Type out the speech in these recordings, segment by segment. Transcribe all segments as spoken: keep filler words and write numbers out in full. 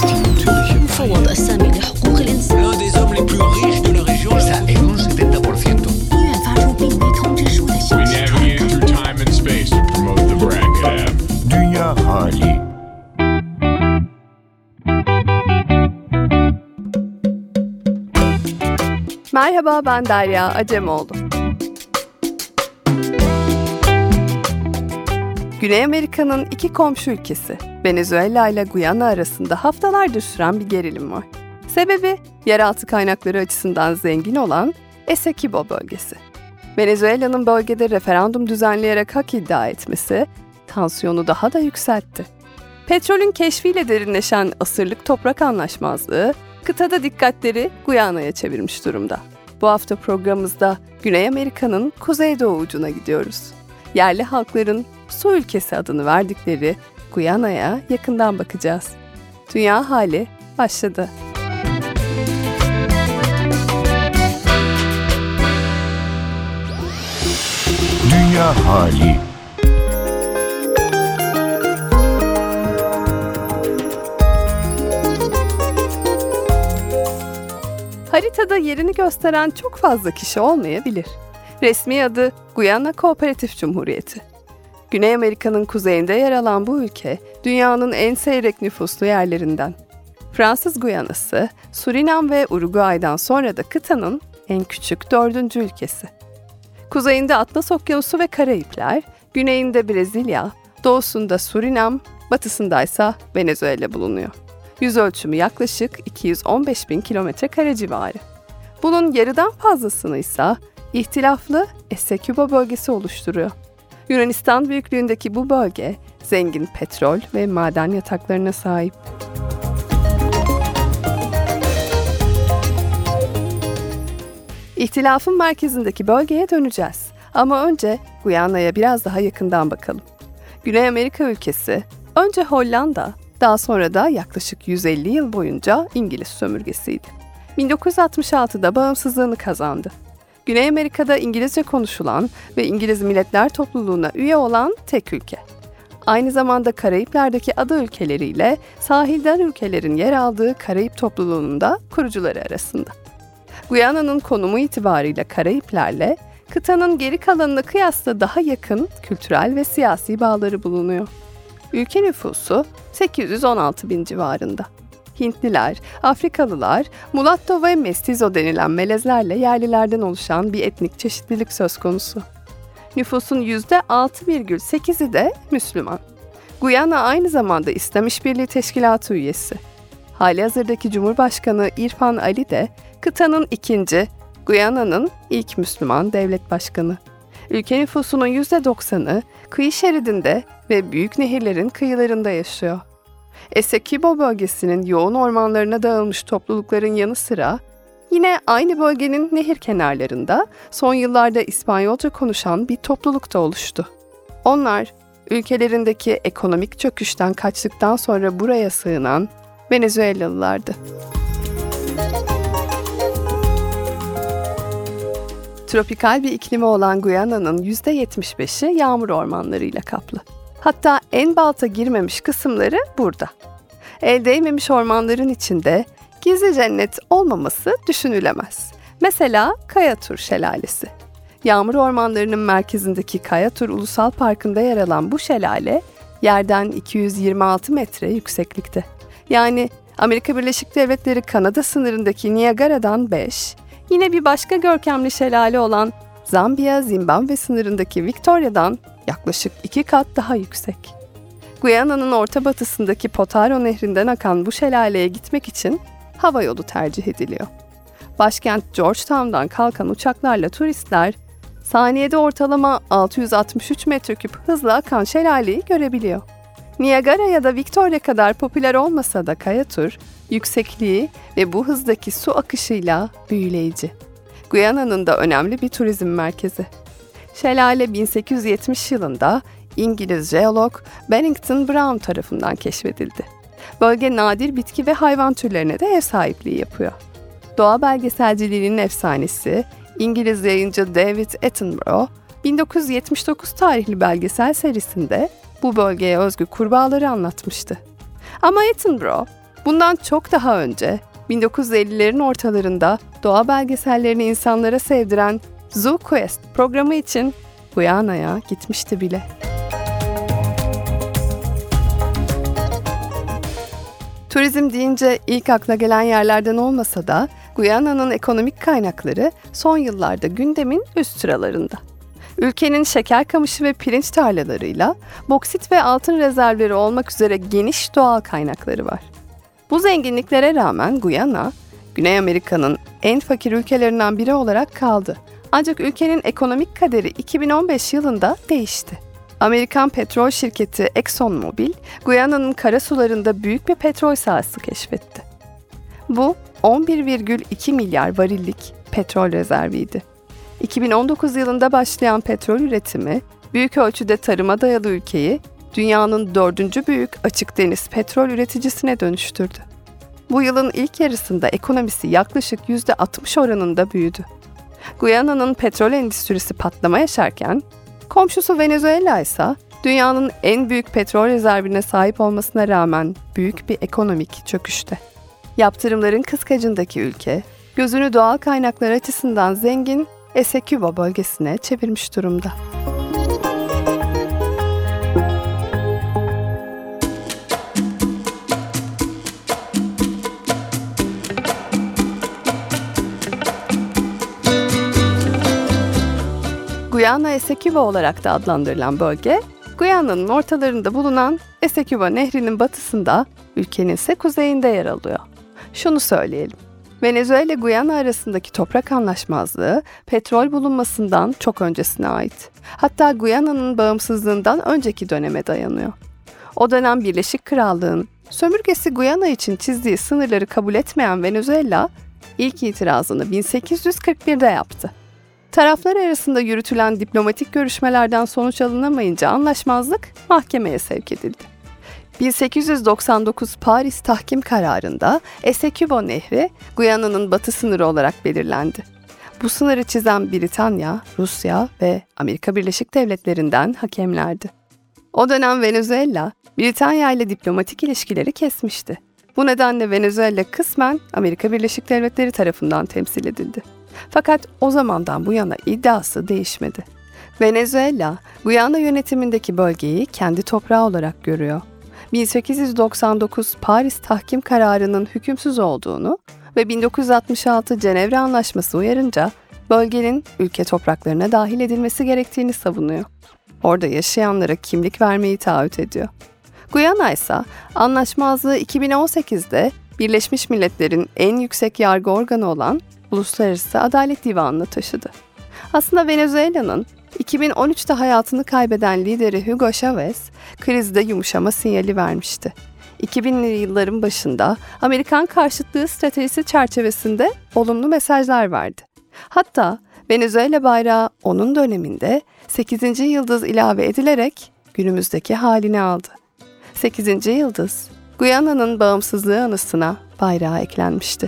مفوض السامي لحقوق الإنسان L'un des hommes les plus riches de la région. Está en un setenta por ciento. 医院发出病危通知书的消 We 息。 navigate through time and space to promote the BRAC app. Dünya hali. Merhaba, ben Derya Acemoğlu. Güney Amerika'nın iki komşu ülkesi, Venezuela ile Guyana arasında haftalardır süren bir gerilim var. Sebebi, yeraltı kaynakları açısından zengin olan Essequibo bölgesi. Venezuela'nın bölgede referandum düzenleyerek hak iddia etmesi, tansiyonu daha da yükseltti. Petrolün keşfiyle derinleşen asırlık toprak anlaşmazlığı, kıtada dikkatleri Guyana'ya çevirmiş durumda. Bu hafta programımızda Güney Amerika'nın kuzeydoğu ucuna gidiyoruz. Yerli halkların su ülkesi adını verdikleri Guyana'ya yakından bakacağız. Dünya hali başladı. Dünya hali. Haritada yerini gösteren çok fazla kişi olmayabilir. Resmi adı Guyana Kooperatif Cumhuriyeti. Güney Amerika'nın kuzeyinde yer alan bu ülke, dünyanın en seyrek nüfuslu yerlerinden. Fransız Guyana'sı, Surinam ve Uruguay'dan sonra da kıtanın en küçük dördüncü ülkesi. Kuzeyinde Atlas Okyanusu ve Karayipler, güneyinde Brezilya, doğusunda Surinam, batısındaysa Venezuela bulunuyor. Yüz ölçümü yaklaşık iki yüz on beş bin kilometre kare civarı. Bunun yarıdan fazlasını ise ihtilaflı Essequibo bölgesi oluşturuyor. Yunanistan büyüklüğündeki bu bölge zengin petrol ve maden yataklarına sahip. İhtilafın merkezindeki bölgeye döneceğiz. Ama önce Guyana'ya biraz daha yakından bakalım. Güney Amerika ülkesi önce Hollanda, daha sonra da yaklaşık yüz elli yıl boyunca İngiliz sömürgesiydi. bin dokuz yüz altmış altıda bağımsızlığını kazandı. Güney Amerika'da İngilizce konuşulan ve İngiliz Milletler Topluluğu'na üye olan tek ülke. Aynı zamanda Karayipler'deki ada ülkeleriyle sahilden ülkelerin yer aldığı Karayip topluluğunun da kurucuları arasında. Guyana'nın konumu itibarıyla Karayipler'le kıtanın geri kalanına kıyasla daha yakın kültürel ve siyasi bağları bulunuyor. Ülke nüfusu sekiz yüz on altı bin civarında. Hintliler, Afrikalılar, mulatto ve mestizo denilen melezlerle yerlilerden oluşan bir etnik çeşitlilik söz konusu. Nüfusun yüzde altı virgül sekizi de Müslüman. Guyana aynı zamanda İslam İşbirliği Teşkilatı üyesi. Halihazırdaki Cumhurbaşkanı İrfan Ali de kıtanın ikinci, Guyana'nın ilk Müslüman devlet başkanı. Ülke nüfusunun yüzde doksanı kıyı şeridinde ve büyük nehirlerin kıyılarında yaşıyor. Essequibo bölgesinin yoğun ormanlarına dağılmış toplulukların yanı sıra yine aynı bölgenin nehir kenarlarında son yıllarda İspanyolca konuşan bir topluluk da oluştu. Onlar ülkelerindeki ekonomik çöküşten kaçtıktan sonra buraya sığınan Venezuelalılardı. Tropikal bir iklimi olan Guyana'nın yüzde yetmiş beşi yağmur ormanlarıyla kaplı. Hatta en balta girmemiş kısımları burada. El değmemiş ormanların içinde gizli cennet olmaması düşünülemez. Mesela Kayatur Şelalesi. Yağmur ormanlarının merkezindeki Kayatur Ulusal Parkı'nda yer alan bu şelale yerden iki yüz yirmi altı metre yükseklikte. Yani Amerika Birleşik Devletleri Kanada sınırındaki Niagara'dan beş, yine bir başka görkemli şelale olan Zambiya-Zimbabwe sınırındaki Victoria'dan yaklaşık iki kat daha yüksek. Guyana'nın orta batısındaki Potaro Nehri'nden akan bu şelaleye gitmek için hava yolu tercih ediliyor. Başkent Georgetown'dan kalkan uçaklarla turistler saniyede ortalama altı yüz altmış üç metreküp hızla akan şelaleyi görebiliyor. Niagara ya da Victoria kadar popüler olmasa da Kayatur, yüksekliği ve bu hızdaki su akışıyla büyüleyici. Guyana'nın da önemli bir turizm merkezi. Şelale bin sekiz yüz yetmiş yılında İngiliz jeolog Barrington Brown tarafından keşfedildi. Bölge nadir bitki ve hayvan türlerine de ev sahipliği yapıyor. Doğa belgeselciliğinin efsanesi İngiliz yayıncı David Attenborough, bin dokuz yüz yetmiş dokuz tarihli belgesel serisinde bu bölgeye özgü kurbağaları anlatmıştı. Ama Attenborough, Bundan çok daha önce bin dokuz yüz ellilerin ortalarında doğa belgesellerini insanlara sevdiren Zoo Quest programı için Guyana'ya gitmişti bile. Turizm deyince ilk akla gelen yerlerden olmasa da Guyana'nın ekonomik kaynakları son yıllarda gündemin üst sıralarında. Ülkenin şeker kamışı ve pirinç tarlalarıyla boksit ve altın rezervleri olmak üzere geniş doğal kaynakları var. Bu zenginliklere rağmen Guyana, Güney Amerika'nın en fakir ülkelerinden biri olarak kaldı. Ancak ülkenin ekonomik kaderi iki bin on beş yılında değişti. Amerikan petrol şirketi ExxonMobil, Guyana'nın karasularında büyük bir petrol sahası keşfetti. Bu on bir virgül iki milyar varillik petrol rezerviydi. iki bin on dokuz yılında başlayan petrol üretimi, büyük ölçüde tarıma dayalı ülkeyi dünyanın dördüncü büyük açık deniz petrol üreticisine dönüştürdü. Bu yılın ilk yarısında ekonomisi yaklaşık yüzde altmış oranında büyüdü. Guyana'nın petrol endüstrisi patlama yaşarken, komşusu Venezuela ise dünyanın en büyük petrol rezervine sahip olmasına rağmen büyük bir ekonomik çöküşte. Yaptırımların kıskacındaki ülke, gözünü doğal kaynaklar açısından zengin Essequibo bölgesine çevirmiş durumda. Guyana Essequibo olarak da adlandırılan bölge, Guyana'nın ortalarında bulunan Essequibo Nehri'nin batısında, ülkenin ise kuzeyinde yer alıyor. Şunu söyleyelim, Venezuela Guyana arasındaki toprak anlaşmazlığı petrol bulunmasından çok öncesine ait. Hatta Guyana'nın bağımsızlığından önceki döneme dayanıyor. O dönem Birleşik Krallığın sömürgesi Guyana için çizdiği sınırları kabul etmeyen Venezuela, ilk itirazını bin sekiz yüz kırk birde yaptı. Taraflar arasında yürütülen diplomatik görüşmelerden sonuç alınamayınca anlaşmazlık mahkemeye sevk edildi. bin sekiz yüz doksan dokuz Paris Tahkim Kararı'nda Essequibo Nehri Guyana'nın batı sınırı olarak belirlendi. Bu sınırı çizen Britanya, Rusya ve Amerika Birleşik Devletleri'nden hakemlerdi. O dönem Venezuela, Britanya ile diplomatik ilişkileri kesmişti. Bu nedenle Venezuela kısmen Amerika Birleşik Devletleri tarafından temsil edildi. Fakat o zamandan bu yana iddiası değişmedi. Venezuela, Guyana yönetimindeki bölgeyi kendi toprağı olarak görüyor. bin sekiz yüz doksan dokuz Paris Tahkim Kararı'nın hükümsüz olduğunu ve bin dokuz yüz altmış altı Cenevre Anlaşması uyarınca bölgenin ülke topraklarına dahil edilmesi gerektiğini savunuyor. Orada yaşayanlara kimlik vermeyi taahhüt ediyor. Guyana ise anlaşmazlığı iki bin on sekizde Birleşmiş Milletler'in en yüksek yargı organı olan Uluslararası Adalet Divanı'na taşıdı. Aslında Venezuela'nın iki bin on üçte hayatını kaybeden lideri Hugo Chavez, krizde yumuşama sinyali vermişti. iki binli yılların başında Amerikan karşıtlığı stratejisi çerçevesinde olumlu mesajlar verdi. Hatta Venezuela bayrağı onun döneminde sekizinci yıldız ilave edilerek günümüzdeki halini aldı. sekizinci yıldız, Guyana'nın bağımsızlığı anısına bayrağı eklenmişti.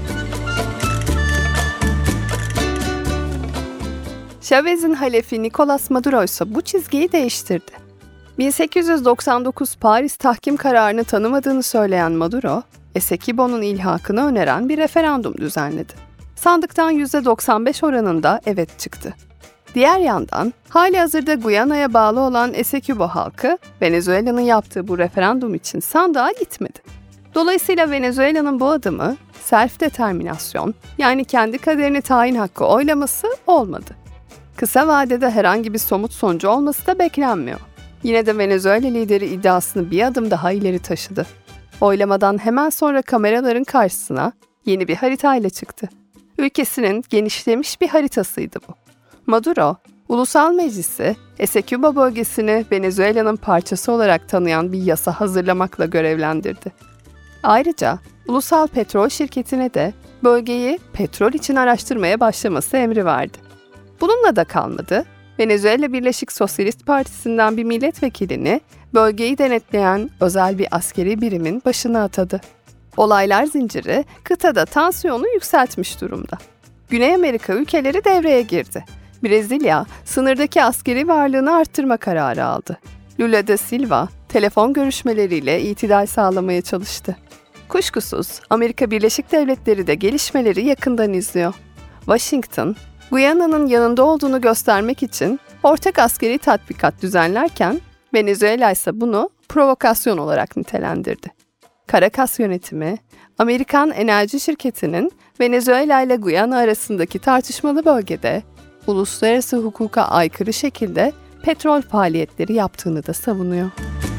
Chavez'in halefi Nicolas Maduro ise bu çizgiyi değiştirdi. bin sekiz yüz doksan dokuz Paris Tahkim Kararı'nı tanımadığını söyleyen Maduro, Essequibo'nun ilhakını öneren bir referandum düzenledi. Sandıktan yüzde doksan beş oranında evet çıktı. Diğer yandan, halihazırda Guyana'ya bağlı olan Essequibo halkı, Venezuela'nın yaptığı bu referandum için sandığa gitmedi. Dolayısıyla Venezuela'nın bu adımı, self-determinasyon, yani kendi kaderini tayin hakkı oylaması olmadı. Kısa vadede herhangi bir somut sonucu olması da beklenmiyor. Yine de Venezuela lideri iddiasını bir adım daha ileri taşıdı. Oylamadan hemen sonra kameraların karşısına yeni bir haritayla çıktı. Ülkesinin genişlemiş bir haritasıydı bu. Maduro, Ulusal Meclisi, Essequibo bölgesini Venezuela'nın parçası olarak tanıyan bir yasa hazırlamakla görevlendirdi. Ayrıca Ulusal Petrol Şirketi'ne de bölgeyi petrol için araştırmaya başlaması emri verdi. Bununla da kalmadı. Venezuela Birleşik Sosyalist Partisi'nden bir milletvekilini bölgeyi denetleyen özel bir askeri birimin başına atadı. Olaylar zinciri kıtada tansiyonu yükseltmiş durumda. Güney Amerika ülkeleri devreye girdi. Brezilya, sınırdaki askeri varlığını arttırma kararı aldı. Lula da Silva, telefon görüşmeleriyle itidal sağlamaya çalıştı. Kuşkusuz Amerika Birleşik Devletleri de gelişmeleri yakından izliyor. Washington, Guyana'nın yanında olduğunu göstermek için ortak askeri tatbikat düzenlerken Venezuela ise bunu provokasyon olarak nitelendirdi. Caracas yönetimi, Amerikan enerji şirketinin Venezuela ile Guyana arasındaki tartışmalı bölgede uluslararası hukuka aykırı şekilde petrol faaliyetleri yaptığını da savunuyor.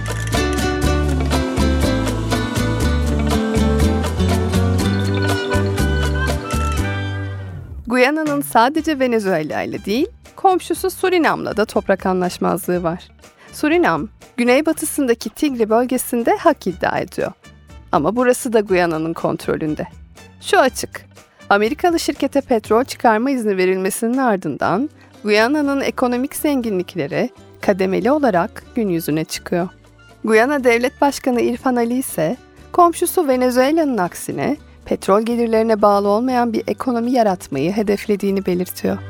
Guyana'nın sadece Venezuela ile değil, komşusu Surinam'la da toprak anlaşmazlığı var. Surinam, güneybatısındaki Tigre bölgesinde hak iddia ediyor. Ama burası da Guyana'nın kontrolünde. Şu açık, Amerikalı şirkete petrol çıkarma izni verilmesinin ardından Guyana'nın ekonomik zenginlikleri kademeli olarak gün yüzüne çıkıyor. Guyana Devlet Başkanı İrfan Ali ise komşusu Venezuela'nın aksine petrol gelirlerine bağlı olmayan bir ekonomi yaratmayı hedeflediğini belirtiyor.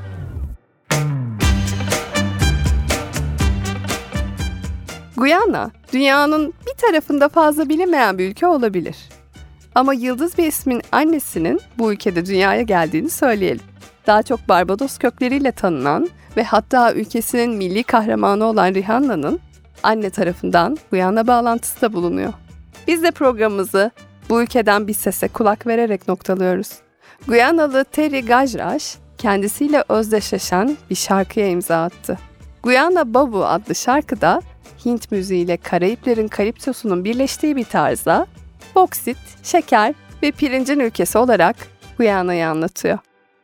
Guyana, dünyanın bir tarafında fazla bilinmeyen bir ülke olabilir. Ama yıldız bir ismin annesinin bu ülkede dünyaya geldiğini söyleyelim. Daha çok Barbados kökleriyle tanınan ve hatta ülkesinin milli kahramanı olan Rihanna'nın anne tarafından Guyana bağlantısı da bulunuyor. Biz de programımızı bu ülkeden bir sese kulak vererek noktalıyoruz. Guyanalı Terry Gajraj kendisiyle özdeşleşen bir şarkıya imza attı. Guyana Babu adlı şarkıda Hint müziği ile Karayiplerin kalipsosunun birleştiği bir tarzda boksit, şeker ve pirincin ülkesi olarak Guyana'yı anlatıyor.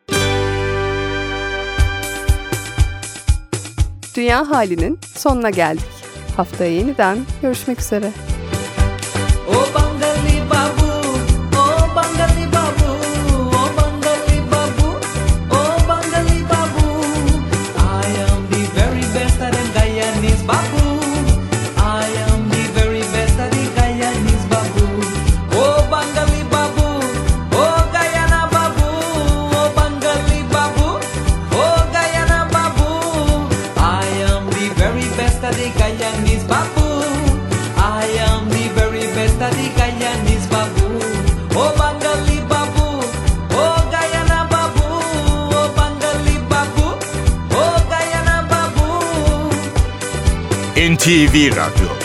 Dünya halinin sonuna geldik. Haftaya yeniden görüşmek üzere. Oh Bengali Babu, oh Bengali Babu, oh Bengali Babu, oh Bengali Babu. I am the very best at the Guyanese Babu. I am the very best at the Guyanese Babu. Oh Bengali Babu, oh Guyana Babu, oh Bengali Babu, oh Guyana Babu. I am the very best at the Guyanese Babu. I am the very best at the Guyanese Babu. Oh Bengali Babu, oh Guyana Babu, oh Bengali Babu, oh Guyana Babu. N T V Radyo